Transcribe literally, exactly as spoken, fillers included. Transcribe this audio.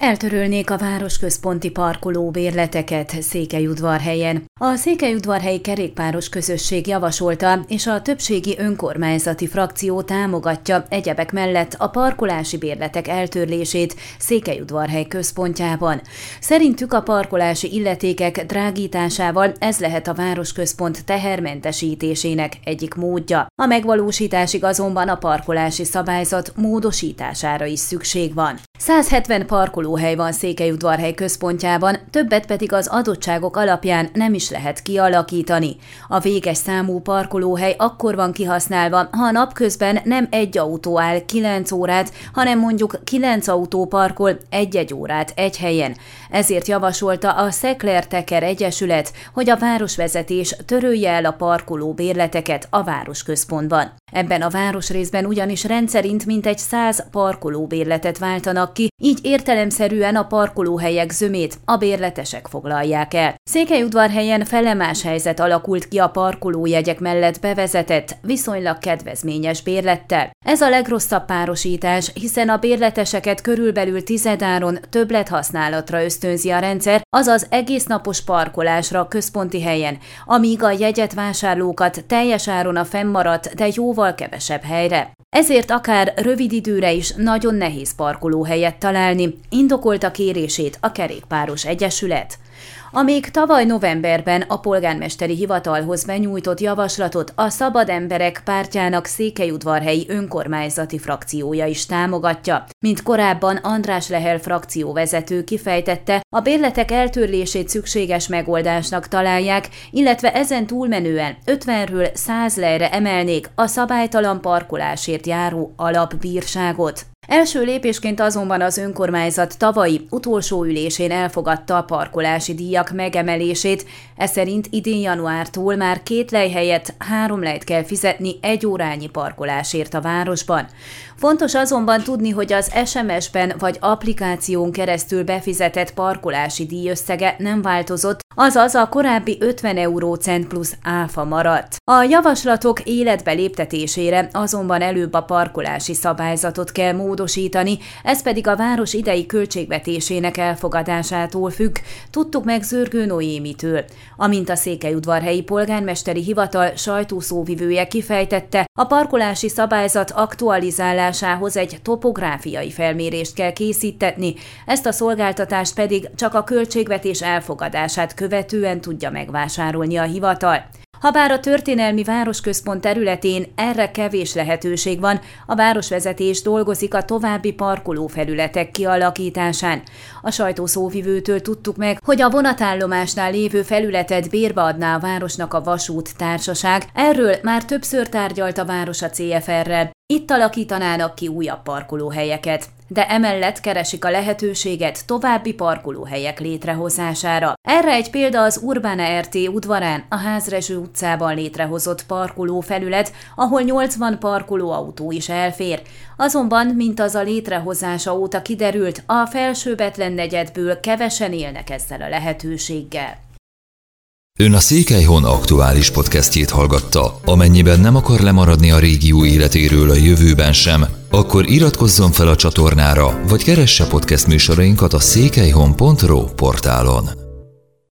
Eltörölnék a városközponti parkolóbérleteket Székelyudvarhelyen. A székelyudvarhelyi kerékpáros közösség javasolta, és a többségi önkormányzati frakció támogatja egyebek mellett a parkolási bérletek eltörlését Székelyudvarhely központjában. Szerintük a parkolási illetékek drágításával ez lehet a városközpont tehermentesítésének egyik módja. A megvalósításig azonban a parkolási szabályzat módosítására is szükség van. száz hetven parkolóhely van Székelyudvarhely központjában, többet pedig az adottságok alapján nem is lehet kialakítani. A véges számú parkolóhely akkor van kihasználva, ha a napközben nem egy autó áll kilenc órát, hanem mondjuk kilenc autó parkol egy-egy órát egy helyen. Ezért javasolta a Szekler-Teker Egyesület, hogy a városvezetés törölje el a parkolóbérleteket a városközpontban. Ebben a városrészben ugyanis rendszerint mintegy száz parkolóbérletet váltanak ki, így értelemszerűen a parkolóhelyek zömét a bérletesek foglalják el. Székelyudvarhelyen felemás helyzet alakult ki a parkolójegyek mellett bevezetett, viszonylag kedvezményes bérlettel. Ez a legrosszabb párosítás, hiszen a bérleteseket körülbelül tizedáron többlethasználatra ösztönzi a rendszer, azaz egésznapos parkolásra központi helyen, amíg a jegyet vásárlókat teljes áron a fennmaradt, de jóval kevesebb helyre. Ezért akár rövid időre is nagyon nehéz parkolóhelyet találni, indokolta kérését a Kerékpáros Egyesület. A még tavaly novemberben a polgármesteri hivatalhoz benyújtott javaslatot a Szabad Emberek Pártjának székelyudvarhelyi önkormányzati frakciója is támogatja. Mint korábban András Lehel frakcióvezető kifejtette, a bérletek eltörlését szükséges megoldásnak találják, illetve ezen túlmenően ötvenről száz lejre emelnék a szabálytalan parkolásért járó alapbírságot. Első lépésként azonban az önkormányzat tavalyi utolsó ülésén elfogadta a parkolási díjak megemelését, ez szerint idén januártól már két lej helyett három lejt kell fizetni egy órányi parkolásért a városban. Fontos azonban tudni, hogy az es em es-ben vagy applikáción keresztül befizetett parkolási díjösszege nem változott, azaz a korábbi ötven eurócent plusz áfa maradt. A javaslatok életbe léptetésére azonban előbb a parkolási szabályzatot kell módosítani, ez pedig a város idei költségvetésének elfogadásától függ, tudtuk meg Zörgő Noémitől. Amint a székelyudvarhelyi polgármesteri hivatal sajtószóvivője kifejtette, a parkolási szabályzat aktualizálásához egy topográfiai felmérést kell készítetni, ezt a szolgáltatást pedig csak a költségvetés elfogadását követően tudja megvásárolni a hivatal. Habár a történelmi városközpont területén erre kevés lehetőség van, a városvezetés dolgozik a további parkolófelületek kialakításán. A sajtószóvivőtől tudtuk meg, hogy a vonatállomásnál lévő felületet bérbe adná a városnak a Vasút Társaság, erről már többször tárgyalt a város a cé ef er-rel. Itt alakítanának ki újabb parkolóhelyeket, de emellett keresik a lehetőséget további parkolóhelyek létrehozására. Erre egy példa az Urbana er té udvarán, a Házrezső utcában létrehozott parkolófelület, ahol nyolcvan parkolóautó is elfér. Azonban, mint az a létrehozása óta kiderült, a Felső-Bethlen negyedből kevesen élnek ezzel a lehetőséggel. Ön a Székelyhon aktuális podcastjét hallgatta. Amennyiben nem akar lemaradni a régió életéről a jövőben sem, akkor iratkozzon fel a csatornára, vagy keresse podcast műsorainkat a székelyhon pont ro portálon.